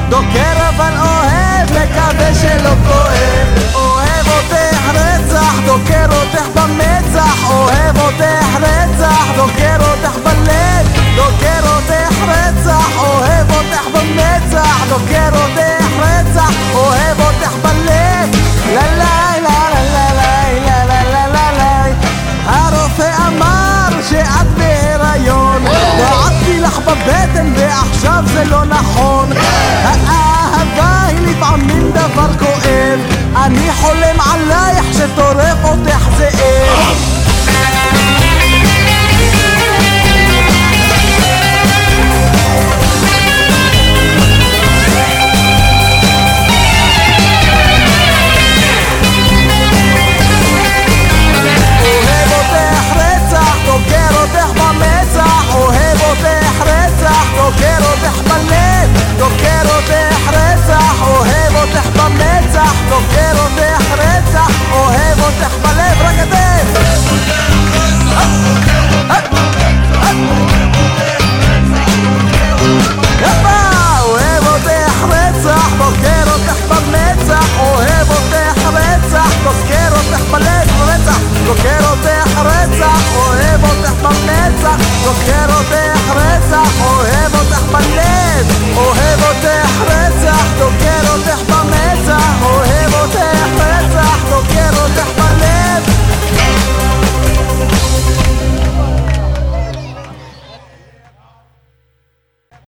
דוקר אבל אוהב, מקווה שלא כואב. אוהב אותך רצח, דוקר אותך במצח. אוהב אותך רצח, דוקר אותך בלב. דוקר אותך רצח, אוהב אותך במצח. דוקר אותך רצח, אוהב אותך בלב. לה לה לה לה לה לה לה לה לה. הרופא אמר שאת בהיריון, דעתי לך בבטן ועכשיו זה לא נכון. האהבה היא לפעמים דבר כואב, אני חולם עלייך שטורף אותך זאב.